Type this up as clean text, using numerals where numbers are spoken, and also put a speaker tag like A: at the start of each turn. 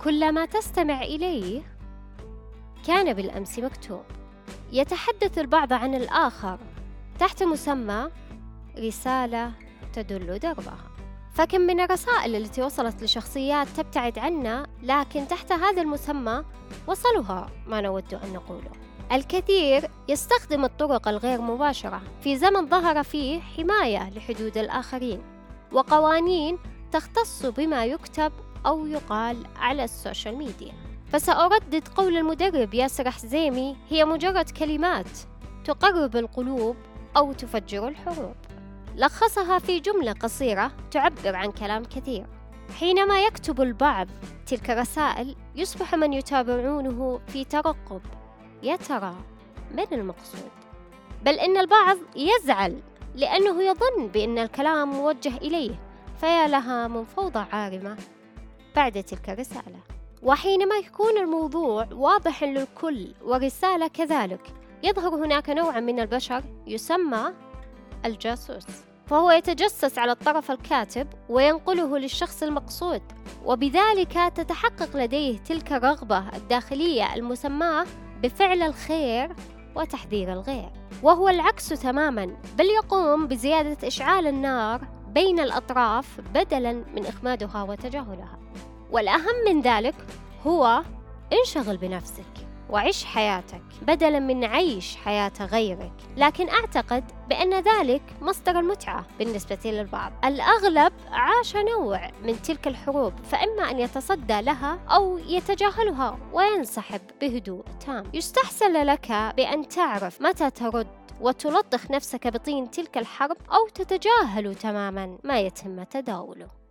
A: كلما تستمع إليه كان بالأمس مكتوب. يتحدث البعض عن الآخر تحت مسمى رسالة تدل دربها. فكم من الرسائل التي وصلت لشخصيات تبتعد عنا، لكن تحت هذا المسمى وصلها ما نود أن نقوله. الكثير يستخدم الطرق الغير مباشرة في زمن ظهر فيه حماية لحدود الآخرين وقوانين تختص بما يكتب أو يقال على السوشيال ميديا. فسأردد قول المدرب ياسر حزيمي: هي مجرد كلمات تقرب القلوب أو تفجر الحروب. لخصها في جملة قصيرة تعبر عن كلام كثير. حينما يكتب البعض تلك الرسائل يصبح من يتابعونه في ترقب، يا ترى من المقصود؟ بل إن البعض يزعل لأنه يظن بأن الكلام موجه إليه، فيا لها من فوضى عارمة بعد تلك الرسالة. وحينما يكون الموضوع واضح للكل ورسالة كذلك، يظهر هناك نوع من البشر يسمى الجاسوس، فهو يتجسس على الطرف الكاتب وينقله للشخص المقصود، وبذلك تتحقق لديه تلك الرغبة الداخلية المسماة بفعل الخير وتحذير الغير، وهو العكس تماما، بل يقوم بزيادة إشعال النار بين الأطراف بدلا من إخمادها وتجاهلها. والأهم من ذلك هو انشغل بنفسك وعيش حياتك بدلا من عيش حياة غيرك. لكن أعتقد بأن ذلك مصدر المتعة بالنسبة للبعض. الأغلب عاش نوع من تلك الحروب، فإما أن يتصدى لها أو يتجاهلها وينسحب بهدوء تام. يستحسن لك بأن تعرف متى ترد وتلطخ نفسك بطين تلك الحرب، أو تتجاهل تماما ما يتم تداوله.